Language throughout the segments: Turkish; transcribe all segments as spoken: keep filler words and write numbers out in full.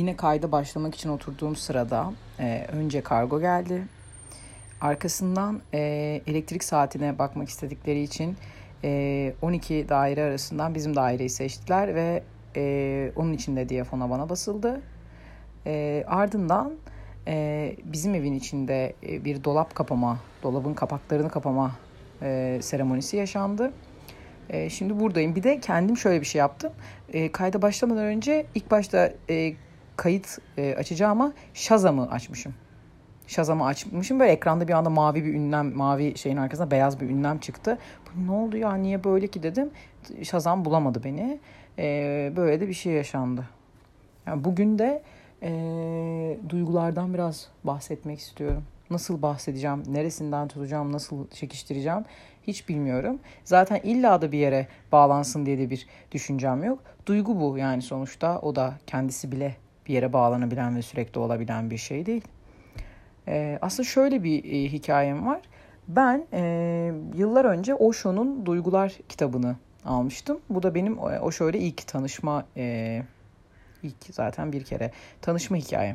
yine kayda başlamak için oturduğum sırada e, önce kargo geldi. Arkasından e, elektrik saatine bakmak istedikleri için e, on iki daire arasından bizim daireyi seçtiler ve e, onun için de diyafona bana basıldı. E, ardından e, bizim evin içinde e, bir dolap kapama, dolabın kapaklarını kapama e, seremonisi yaşandı. E, şimdi buradayım. Bir de kendim şöyle bir şey yaptım. E, kayda başlamadan önce ilk başta e, kayıt e, açacağıma Shazam'ı açmışım. Shazam'ı açmışım. Böyle ekranda bir anda mavi bir ünlem, mavi şeyin arkasında beyaz bir ünlem çıktı. Bu ne oldu ya, niye böyle ki dedim. Shazam bulamadı beni. E, böyle de bir şey yaşandı. Yani bugün de e, duygulardan biraz bahsetmek istiyorum. Nasıl bahsedeceğim, neresinden tutacağım, nasıl çekiştireceğim hiç bilmiyorum. Zaten illa da bir yere bağlansın diye de bir düşüncem yok. Duygu bu yani sonuçta, o da kendisi bile bir yere bağlanabilen ve sürekli olabilen bir şey değil. Ee, aslında şöyle bir e, hikayem var. Ben e, yıllar önce Osho'nun Duygular kitabını almıştım. Bu da benim Osho ile ilk tanışma, e, ilk zaten bir kere tanışma hikayem.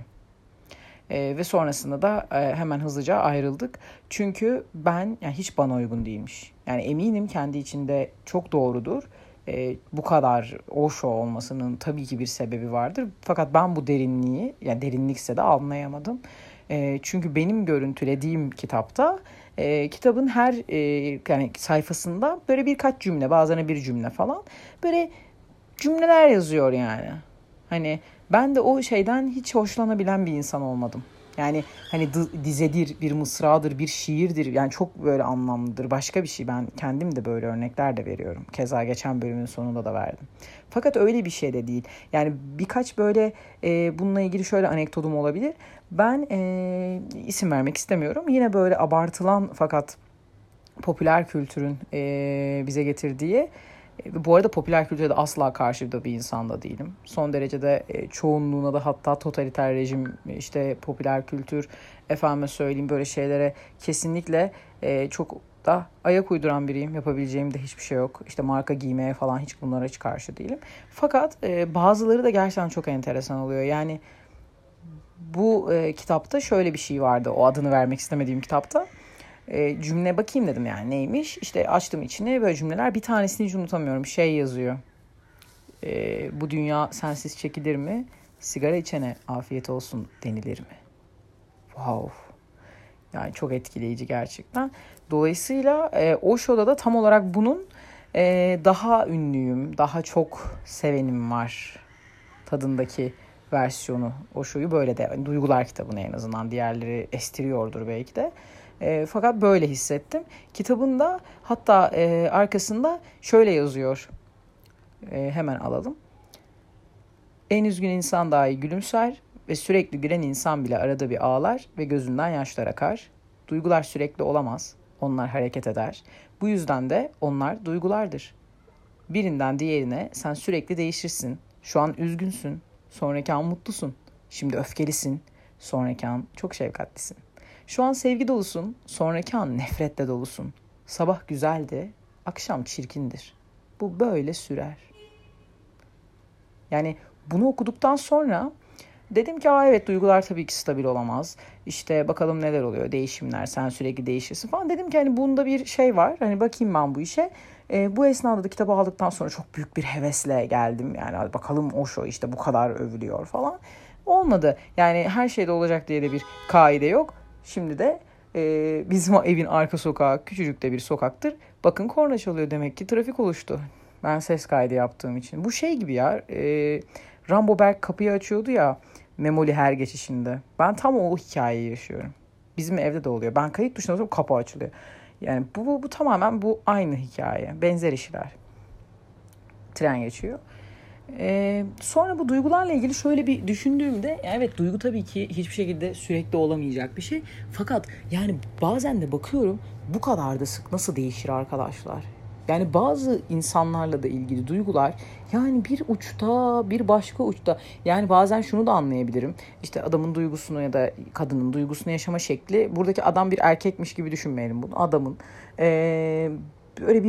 Ee, ve sonrasında da e, hemen hızlıca ayrıldık. Çünkü ben yani hiç bana uygun değilmiş. Yani eminim kendi içinde çok doğrudur. E, bu kadar Osho olmasının tabii ki bir sebebi vardır. Fakat ben bu derinliği, yani derinlikse de anlayamadım. E, çünkü benim görüntülediğim kitapta e, kitabın her e, yani sayfasında böyle birkaç cümle, bazen bir cümle falan böyle cümleler yazıyor yani. Hani ben de o şeyden hiç hoşlanabilen bir insan olmadım. Yani hani dizedir, bir mısradır, bir şiirdir. Yani çok böyle anlamlıdır. Başka bir şey. Ben kendim de böyle örnekler de veriyorum. Keza geçen bölümün sonunda da verdim. Fakat öyle bir şey de değil. Yani birkaç böyle e, bununla ilgili şöyle anekdotum olabilir. Ben e, isim vermek istemiyorum. Yine böyle abartılan fakat popüler kültürün e, bize getirdiği. Bu arada popüler kültüre de asla karşı da bir insan da değilim. Son derece de e, çoğunluğuna da, hatta totaliter rejim, işte popüler kültür, efendime söyleyeyim, böyle şeylere kesinlikle e, çok da ayak uyduran biriyim. Yapabileceğim de hiçbir şey yok. İşte marka giymeye falan hiç bunlara hiç karşı değilim. Fakat e, bazıları da gerçekten çok enteresan oluyor. Yani bu e, kitapta şöyle bir şey vardı. O adını vermek istemediğim kitapta. E, cümle bakayım dedim, yani neymiş. İşte açtım içine böyle cümleler, bir tanesini hiç unutamıyorum. Şey yazıyor. E, bu dünya sensiz çekilir mi? Sigara içene afiyet olsun denilir mi? Wow. Yani çok etkileyici gerçekten. Dolayısıyla e, o show'da da tam olarak bunun e, daha ünlüyüm, daha çok sevenim var tadındaki versiyonu. O show'u böyle de, yani Duygular kitabını en azından, diğerleri estiriyordur belki de. E, fakat böyle hissettim. Kitabında hatta e, arkasında şöyle yazıyor. E, hemen alalım. En üzgün insan dahi gülümser ve sürekli gülen insan bile arada bir ağlar ve gözünden yaşlar akar. Duygular sürekli olamaz. Onlar hareket eder. Bu yüzden de onlar duygulardır. Birinden diğerine sen sürekli değişirsin. Şu an üzgünsün. Sonraki an mutlusun. Şimdi öfkelisin. Sonraki an çok şefkatlisin. Şu an sevgi dolusun, sonraki an nefretle dolusun. Sabah güzeldi, akşam çirkindir. Bu böyle sürer. Yani bunu okuduktan sonra dedim ki aa evet, duygular tabii ki stabil olamaz. İşte bakalım neler oluyor, değişimler, sen sürekli değişirsin falan. Dedim ki hani bunda bir şey var, hani bakayım ben bu işe. E, bu esnada da kitabı aldıktan sonra çok büyük bir hevesle geldim. Yani bakalım Osho işte bu kadar övülüyor falan. Olmadı. Yani her şeyde olacak diye de bir kaide yok. Şimdi de e, bizim evin arka sokağı küçücük de bir sokaktır. Bakın korna çalıyor, demek ki trafik oluştu. Ben ses kaydı yaptığım için. Bu şey gibi ya, e, Rambo Berk kapıyı açıyordu ya Memoli her geçişinde. Ben tam o hikayeyi yaşıyorum. Bizim evde de oluyor. Ben kayıt tuşuna basıyorum, kapı açılıyor. Yani bu, bu, bu tamamen bu aynı hikaye. Benzer işler. Tren geçiyor. Ee, sonra bu duygularla ilgili şöyle bir düşündüğümde, evet duygu tabii ki hiçbir şekilde sürekli olamayacak bir şey. Fakat yani bazen de bakıyorum, bu kadar da sık nasıl değişir arkadaşlar? Yani bazı insanlarla da ilgili duygular yani bir uçta, bir başka uçta. Yani bazen şunu da anlayabilirim. İşte adamın duygusunu ya da kadının duygusunu yaşama şekli. Buradaki adam bir erkekmiş gibi düşünmeyelim bunu. Adamın ee, böyle bir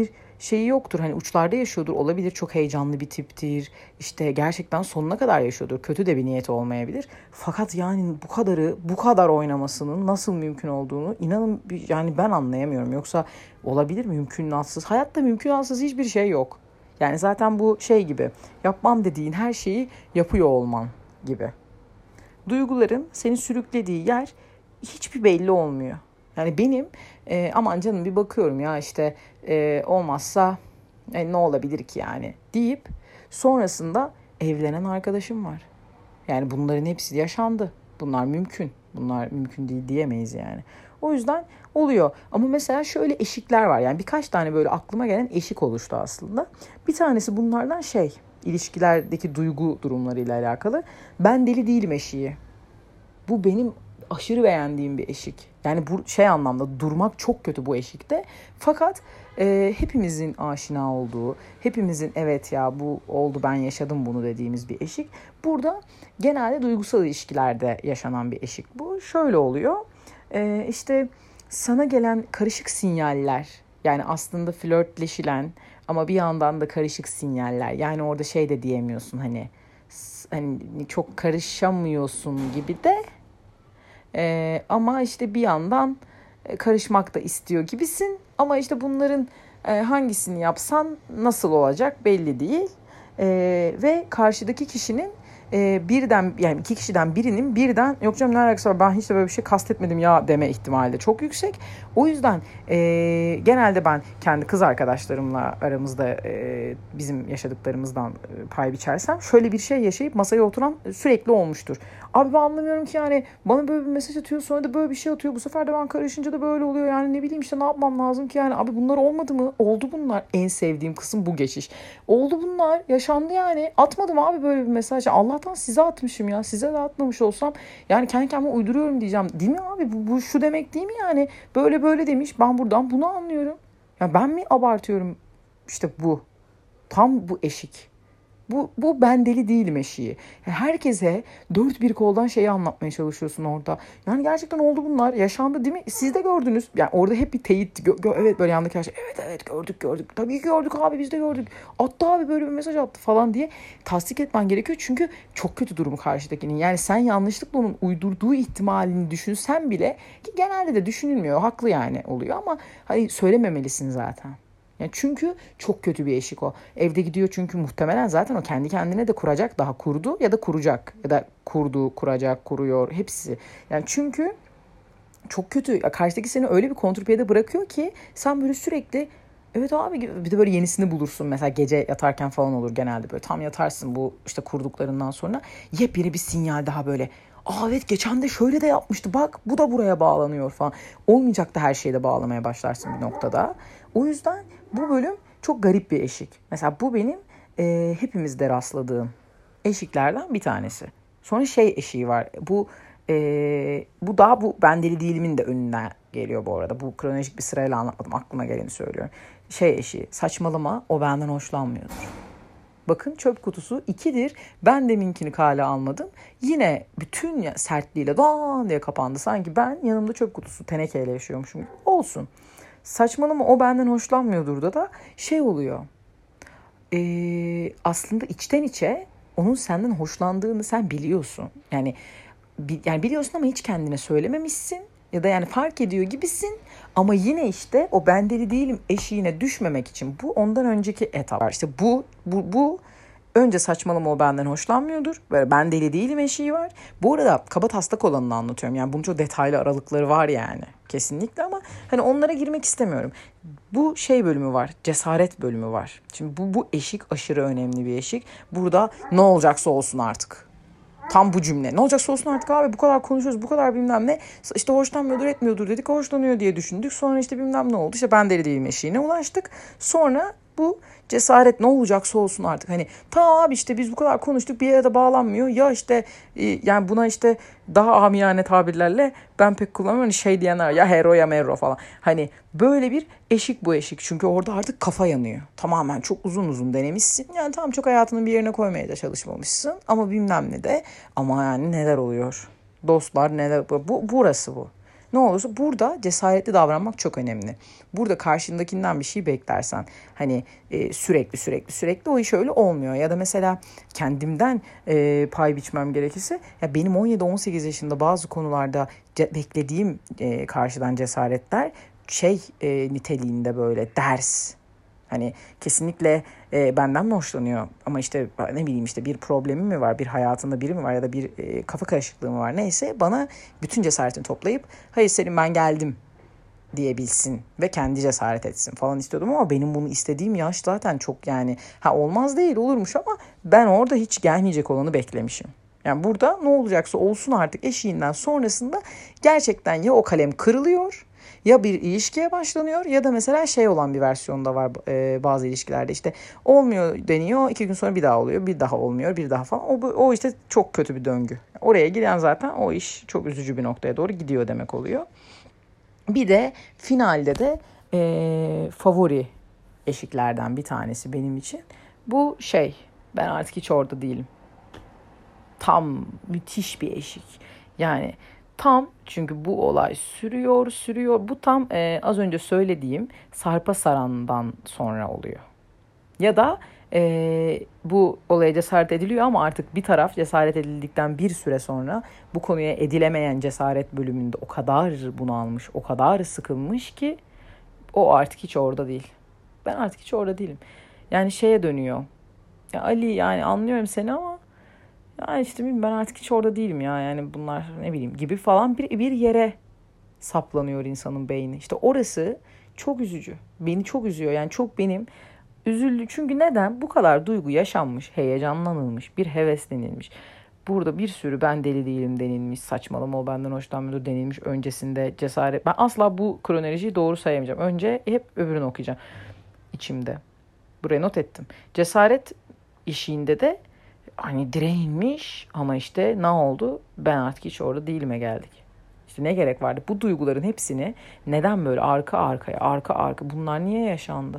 şeyi yoktur. Hani uçlarda yaşıyordur, olabilir. Çok heyecanlı bir tiptir. İşte gerçekten sonuna kadar yaşıyordur. Kötü de bir niyeti olmayabilir. Fakat yani bu kadarı, bu kadar oynamasının nasıl mümkün olduğunu inanın yani ben anlayamıyorum. Yoksa olabilir mi mümkünatsız? Hayatta mümkünatsız hiçbir şey yok. Yani zaten bu şey gibi, yapmam dediğin her şeyi yapıyor olman gibi. Duyguların seni sürüklediği yer hiçbir belli olmuyor. Yani benim e, aman canım bir bakıyorum ya işte e, olmazsa e, ne olabilir ki yani deyip sonrasında evlenen arkadaşım var. Yani bunların hepsi yaşandı. Bunlar mümkün. Bunlar mümkün değil diyemeyiz yani. O yüzden oluyor. Ama mesela şöyle eşikler var. Yani birkaç tane böyle aklıma gelen eşik oluştu aslında. Bir tanesi bunlardan şey, ilişkilerdeki duygu durumlarıyla alakalı. Ben deli değilim eşiği. Bu benim aşırı beğendiğim bir eşik. Yani bu şey anlamda durmak çok kötü bu eşikte. Fakat e, hepimizin aşina olduğu, hepimizin evet ya bu oldu ben yaşadım bunu dediğimiz bir eşik. Burada genelde duygusal ilişkilerde yaşanan bir eşik bu. Şöyle oluyor. E, işte sana gelen karışık sinyaller, yani aslında flörtleşilen ama bir yandan da karışık sinyaller. Yani orada şey de diyemiyorsun hani hani çok karışamıyorsun gibi de ee, ama işte bir yandan karışmak da istiyor gibisin. Ama işte bunların e, hangisini yapsan nasıl olacak belli değil. Ee, ve karşıdaki kişinin e, birden yani iki kişiden birinin birden yok canım ne alakası var ben hiç de böyle bir şey kastetmedim ya deme ihtimali de çok yüksek. O yüzden e, genelde ben kendi kız arkadaşlarımla aramızda e, bizim yaşadıklarımızdan e, pay biçersem şöyle bir şey yaşayıp masaya oturan sürekli olmuştur. Abi ben anlamıyorum ki yani bana böyle bir mesaj atıyor sonra da böyle bir şey atıyor. Bu sefer de ben karışınca da böyle oluyor. Yani ne bileyim işte ne yapmam lazım ki yani. Abi bunlar olmadı mı? Oldu bunlar. En sevdiğim kısım bu geçiş. Oldu bunlar. Yaşandı yani. Atmadım abi böyle bir mesaj. Allah'tan size atmışım ya. Size de atmamış olsam yani kendi kendime uyduruyorum diyeceğim. Değil mi abi? Bu, bu şu demek değil mi yani? Böyle böyle demiş. Ben buradan bunu anlıyorum. Ya ben mi abartıyorum? İşte bu. Tam bu eşik. Bu, bu ben deli değilim eşiği. Herkese dört bir koldan şeyi anlatmaya çalışıyorsun orada. Yani gerçekten oldu bunlar. Yaşandı değil mi? Siz de gördünüz. Yani orada hep bir teyit. Gö- gö- evet böyle yandaki her şey. Evet evet gördük gördük. Tabii ki gördük abi biz de gördük. Attı abi böyle bir mesaj attı falan diye tasdik etmen gerekiyor. Çünkü çok kötü durumu karşıdakinin. Yani sen yanlışlıkla onun uydurduğu ihtimalini düşünsen bile ki genelde de düşünülmüyor. Haklı yani oluyor ama hani söylememelisin zaten. Yani çünkü çok kötü bir eşik o. Evde gidiyor çünkü muhtemelen zaten o kendi kendine de kuracak, daha kurdu ya da kuracak ya da kurdu, kuracak, kuruyor hepsi. Yani çünkü çok kötü. Ya karşıdaki seni öyle bir kontrpiyede bırakıyor ki sen böyle sürekli evet abi bir de böyle yenisini bulursun. Mesela gece yatarken falan olur genelde böyle tam yatarsın bu işte kurduklarından sonra yepyeni bir sinyal daha böyle. Aa evet geçen de şöyle de yapmıştı bak bu da buraya bağlanıyor falan. Olmayacak da her şeyde bağlamaya başlarsın bir noktada. O yüzden bu bölüm çok garip bir eşik. Mesela bu benim e, hepimizde rastladığım eşiklerden bir tanesi. Sonra şey eşiği var. Bu e, bu daha bu ben deli değilimin de önünden geliyor bu arada. Bu kronolojik bir sırayla anlatmadım. Aklıma geleni söylüyorum. Şey eşiği saçmalama o benden hoşlanmıyordur. Bakın çöp kutusu ikidir. Ben deminkini kale almadım. Yine bütün sertliğiyle dan diye kapandı. Sanki ben yanımda çöp kutusu tenekeyle yaşıyormuşum gibi. Olsun. Saçmalama o benden hoşlanmıyordur da da şey oluyor. Ee, aslında içten içe onun senden hoşlandığını sen biliyorsun. Yani, bi, yani biliyorsun ama hiç kendine söylememişsin. Ya da yani fark ediyor gibisin. Ama yine işte o ben deli değilim eşiğine düşmemek için bu ondan önceki etap var. İşte bu, bu, bu önce saçmalama o benden hoşlanmıyordur. Böyle ben deli değilim eşiği var. Bu arada kaba taslak olanını anlatıyorum. Yani bunun çok detaylı aralıkları var yani. Kesinlikle ama hani onlara girmek istemiyorum. Bu şey bölümü var. Cesaret bölümü var. Şimdi bu, bu eşik aşırı önemli bir eşik. Burada ne olacaksa olsun artık. Tam bu cümle. Ne olacaksa olsun artık abi bu kadar konuşuyoruz bu kadar bilmem ne. İşte hoşlanmıyordur etmiyordur dedik hoşlanıyor diye düşündük. Sonra işte bilmem ne oldu. İşte ben deli değilim eşiğine ulaştık. Sonra bu cesaret ne olacaksa olsun artık. Hani tamam abi işte biz bu kadar konuştuk bir yere de bağlanmıyor. Ya işte e, yani buna işte daha amiyane tabirlerle ben pek kullanmıyorum. Hani şey diyenler ya hero ya mero falan. Hani böyle bir eşik bu eşik. Çünkü orada artık kafa yanıyor. Tamamen çok uzun uzun denemişsin. Yani tamam çok hayatının bir yerine koymaya da çalışmamışsın. Ama bilmem ne de ama yani neler oluyor. Dostlar neler bu burası bu. Ne olursa burada cesaretli davranmak çok önemli. Burada karşındakinden bir şey beklersen hani e, sürekli sürekli sürekli o iş öyle olmuyor. Ya da mesela kendimden e, pay biçmem gerekirse ya benim on yedi on sekiz yaşında bazı konularda ce- beklediğim e, karşıdan cesaretler şey e, niteliğinde böyle ders. Hani kesinlikle e, benden mi hoşlanıyor ama işte ne bileyim işte bir problemi mi var, bir hayatında biri mi var ya da bir e, kafa karışıklığı mı var neyse bana bütün cesaretini toplayıp hayır Selim ben geldim diyebilsin ve kendi cesaret etsin falan istiyordum ama benim bunu istediğim yaş zaten çok yani ha olmaz değil olurmuş ama ben orada hiç gelmeyecek olanı beklemişim. Yani burada ne olacaksa olsun artık eşiğinden sonrasında gerçekten ya o kalem kırılıyor ya bir ilişkiye başlanıyor ya da mesela şey olan bir versiyonda var e, bazı ilişkilerde işte olmuyor deniyor iki gün sonra bir daha oluyor bir daha olmuyor bir daha falan o, o işte çok kötü bir döngü. Oraya giden zaten o iş çok üzücü bir noktaya doğru gidiyor demek oluyor. Bir de finalde de e, favori eşiklerden bir tanesi benim için. Bu şey ben artık hiç orada değilim. Tam müthiş bir eşik. Yani tam çünkü bu olay sürüyor sürüyor. Bu tam e, az önce söylediğim Sarpa Saran'dan sonra oluyor. Ya da e, bu olaya cesaret ediliyor ama artık bir taraf cesaret edildikten bir süre sonra bu konuya edilemeyen cesaret bölümünde o kadar bunalmış, o kadar sıkılmış ki o artık hiç orada değil. Ben artık hiç orada değilim. Yani şeye dönüyor. Ya Ali yani anlıyorum seni ama ya işte ben artık hiç orada değilim ya. Yani bunlar ne bileyim gibi falan bir, bir yere saplanıyor insanın beyni. İşte orası çok üzücü. Beni çok üzüyor. Yani çok benim üzüldü. Çünkü neden? Bu kadar duygu yaşanmış, heyecanlanılmış, bir heveslenilmiş. Burada bir sürü ben deli değilim denilmiş, saçmalama o benden hoşlanmıyordur denilmiş. Öncesinde cesaret. Ben asla bu kronolojiyi doğru sayamayacağım. Önce hep öbürünü okuyacağım içimde. Buraya not ettim. Cesaret işiğinde de hani direnilmiş ama işte ne oldu? Ben artık hiç orada değilime geldik. İşte ne gerek vardı? Bu duyguların hepsini neden böyle arka arkaya, arka arka bunlar niye yaşandı?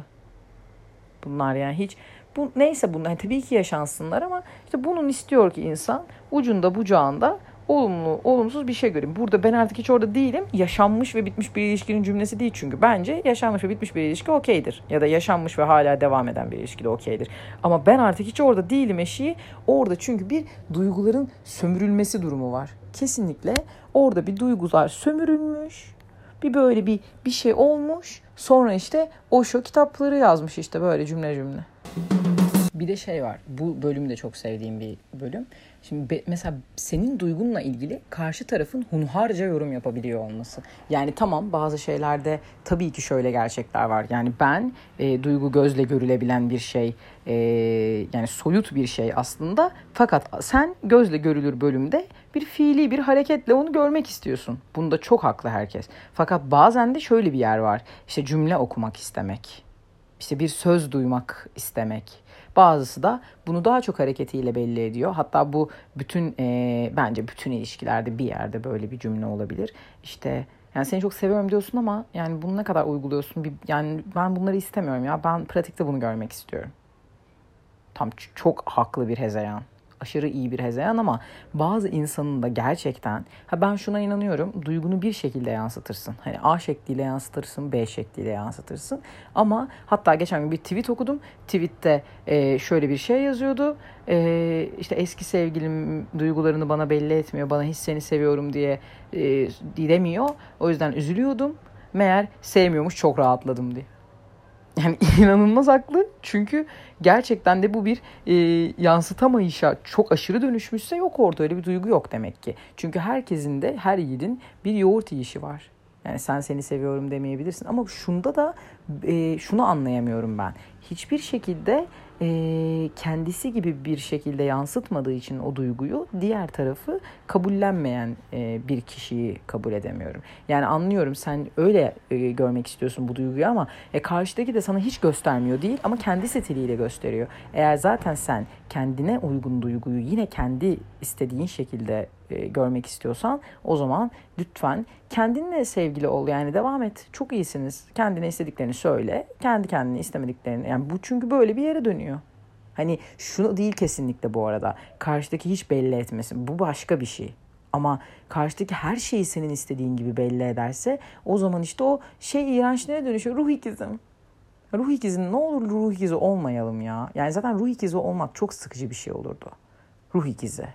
Bunlar yani hiç bu neyse bunlar yani tabii ki yaşansınlar ama işte bunun istiyor ki insan ucunda bucağında olumlu olumsuz bir şey göreyim. Burada ben artık hiç orada değilim. Yaşanmış ve bitmiş bir ilişkinin cümlesi değil çünkü. Bence yaşanmış ve bitmiş bir ilişki okeydir. Ya da yaşanmış ve hala devam eden bir ilişki de okeydir. Ama ben artık hiç orada değilim eşiği. Orada çünkü bir duyguların sömürülmesi durumu var. Kesinlikle orada bir duygular sömürülmüş. Bir böyle bir bir şey olmuş. Sonra işte Osho kitapları yazmış işte böyle cümle cümle. Bir de şey var. Bu bölüm de çok sevdiğim bir bölüm. Şimdi be, mesela senin duygunla ilgili karşı tarafın hunharca yorum yapabiliyor olması. Yani tamam bazı şeylerde tabii ki şöyle gerçekler var. Yani ben e, duygu gözle görülebilen bir şey, e, yani soyut bir şey aslında. Fakat sen gözle görülür bölümde bir fiili bir hareketle onu görmek istiyorsun. Bunda çok haklı herkes. Fakat bazen de şöyle bir yer var. İşte cümle okumak istemek. İşte bir söz duymak istemek. Bazısı da bunu daha çok hareketiyle belli ediyor. Hatta bu bütün e, bence bütün ilişkilerde bir yerde böyle bir cümle olabilir. İşte yani seni çok seviyorum diyorsun ama yani bunu ne kadar uyguluyorsun? Bir, yani ben bunları istemiyorum ya. Ben pratikte bunu görmek istiyorum. Tam çok haklı bir hezeyan. Aşırı iyi bir hezeyan ama bazı insanın da gerçekten ha ben şuna inanıyorum duygunu bir şekilde yansıtırsın. Hani A şekliyle yansıtırsın, B şekliyle yansıtırsın. Ama hatta geçen gün bir tweet okudum. Tweette e, şöyle bir şey yazıyordu. E, işte eski sevgilim duygularını bana belli etmiyor. Bana hiç seni seviyorum diye e, demiyor. O yüzden üzülüyordum. Meğer sevmiyormuş çok rahatladım diye. Yani inanılmaz haklı. Çünkü gerçekten de bu bir e, yansıtamayışa çok aşırı dönüşmüşse yok orada öyle bir duygu yok demek ki. Çünkü herkesin de her yiğidin bir yoğurt yiyişi var. Yani sen seni seviyorum demeyebilirsin ama şunda da e, şunu anlayamıyorum ben. Hiçbir şekilde e, kendisi gibi bir şekilde yansıtmadığı için o duyguyu diğer tarafı kabullenmeyen e, bir kişiyi kabul edemiyorum. Yani anlıyorum sen öyle e, görmek istiyorsun bu duyguyu ama e, karşıdaki de sana hiç göstermiyor değil ama kendi stiliyle gösteriyor. Eğer zaten sen kendine uygun duyguyu yine kendi istediğin şekilde e, görmek istiyorsan o zaman lütfen kendinle sevgili ol yani devam et. Çok iyisiniz. Kendine istediklerini söyle. Kendi kendine istemediklerini. Yani bu çünkü böyle bir yere dönüyor. Hani şunu değil kesinlikle bu arada. Karşıdaki hiç belli etmesin. Bu başka bir şey. Ama karşıdaki her şeyi senin istediğin gibi belli ederse o zaman işte o şey iğrençliğe dönüşüyor. Ruh ikizim. Ruh ikizi, ne olur ruh ikizi olmayalım ya. Yani zaten ruh ikizi olmak çok sıkıcı bir şey olurdu. Ruh ikizi.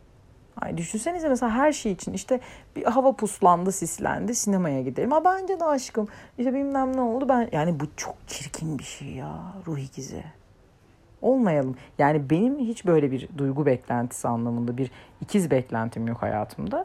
Ay düşünsenize mesela her şey için işte bir hava puslandı, sislendi, sinemaya gidelim. Ha bence de aşkım. İşte bilmem ne oldu ben. Yani bu çok çirkin bir şey ya, ruh ikizi. Olmayalım. Yani benim hiç böyle bir duygu beklentisi anlamında bir ikiz beklentim yok hayatımda.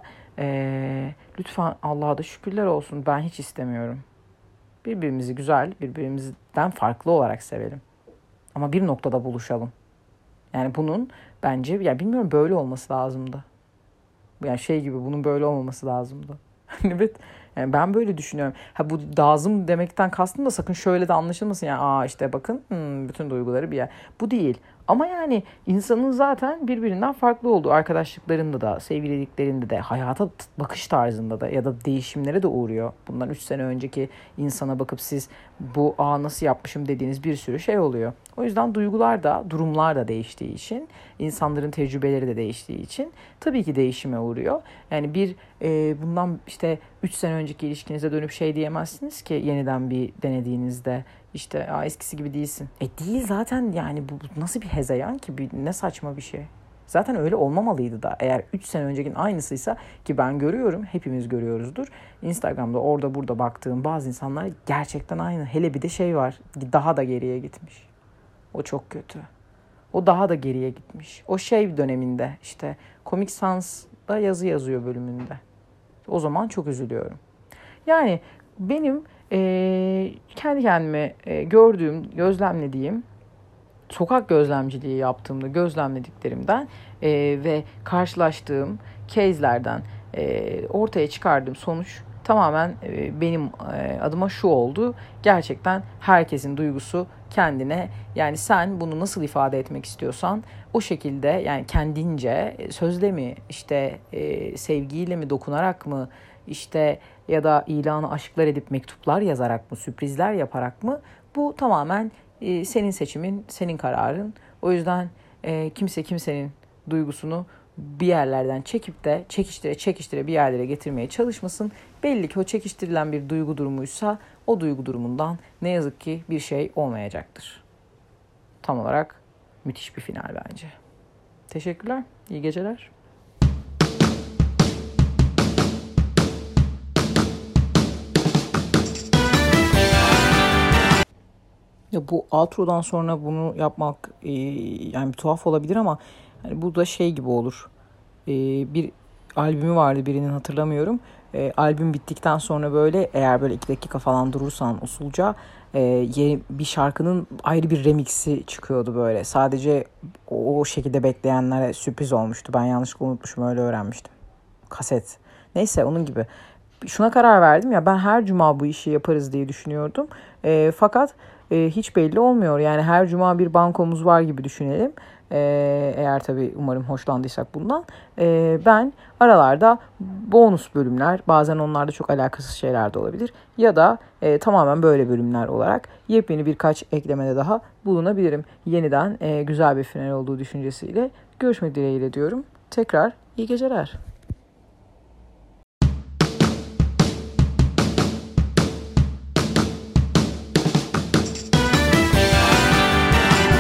Ee, lütfen Allah'a da şükürler olsun. Ben hiç istemiyorum. Birbirimizi güzel, birbirimizden farklı olarak sevelim. Ama bir noktada buluşalım. Yani bunun bence, ya bilmiyorum, böyle olması lazımdı. Yani şey gibi, bunun böyle olmaması lazımdı. Evet. Yani ben böyle düşünüyorum. Ha bu lazım demekten kastım da sakın şöyle de anlaşılmasın. Yani aa işte bakın hmm, bütün duyguları bir yer. Bu değil. Ama yani insanın zaten birbirinden farklı olduğu, arkadaşlıklarında da, sevgililiklerinde de, hayata bakış tarzında da ya da değişimlere de uğruyor. Bundan üç sene önceki insana bakıp siz bu aa nasıl yapmışım dediğiniz bir sürü şey oluyor. O yüzden duygular da, durumlar da değiştiği için, insanların tecrübeleri de değiştiği için tabii ki değişime uğruyor. Yani bir e, bundan işte üç sene önceki ilişkinize dönüp şey diyemezsiniz ki yeniden bir denediğinizde işte aa, eskisi gibi değilsin. E değil zaten, yani bu, bu nasıl bir hezeyan ki, bir, ne saçma bir şey. Zaten öyle olmamalıydı da, eğer üç sene öncekinin aynısıysa, ki ben görüyorum, hepimiz görüyoruzdur. Instagram'da orada burada baktığım bazı insanlar gerçekten aynı. Hele bir de şey var, daha da geriye gitmiş. O çok kötü. O daha da geriye gitmiş. O şey döneminde işte Comic Sans'da yazı yazıyor bölümünde. O zaman çok üzülüyorum. Yani benim e, kendi kendime e, gördüğüm, gözlemlediğim, sokak gözlemciliği yaptığımda gözlemlediklerimden e, ve karşılaştığım case'lerden e, ortaya çıkardığım sonuç tamamen e, benim e, adıma şu oldu. Gerçekten herkesin duygusu kendine, yani sen bunu nasıl ifade etmek istiyorsan o şekilde, yani kendince, sözle mi, işte e, sevgiyle mi, dokunarak mı, işte ya da ilanı aşklar edip mektuplar yazarak mı, sürprizler yaparak mı, bu tamamen e, senin seçimin, senin kararın. O yüzden e, kimse kimsenin duygusunu bir yerlerden çekip de çekiştire çekiştire bir yerlere getirmeye çalışmasın. Belli ki o çekiştirilen bir duygu durumuysa o duygu durumundan ne yazık ki bir şey olmayacaktır. Tam olarak müthiş bir final bence. Teşekkürler. İyi geceler. Ya bu outro'dan sonra bunu yapmak e, yani bir tuhaf olabilir ama hani bu da şey gibi olur. E, bir albümü vardı birinin, hatırlamıyorum. E, albüm bittikten sonra böyle, eğer böyle iki dakika falan durursan usulca e, yeni bir şarkının ayrı bir remixi çıkıyordu böyle. Sadece o, o şekilde bekleyenlere sürpriz olmuştu. Ben yanlışlıkla unutmuşum, öyle öğrenmiştim. Kaset. Neyse, onun gibi. Şuna karar verdim ya, ben her cuma bu işi yaparız diye düşünüyordum. E, fakat e, hiç belli olmuyor. Yani her cuma bir bankomuz var gibi düşünelim. E, eğer tabii, umarım hoşlandıysak bundan. E, ben aralarda bonus bölümler, bazen onlarda çok alakasız şeyler de olabilir. Ya da e, tamamen böyle bölümler olarak yepyeni birkaç eklemede daha bulunabilirim. Yeniden e, güzel bir final olduğu düşüncesiyle görüşmek dileğiyle diyorum. Tekrar iyi geceler.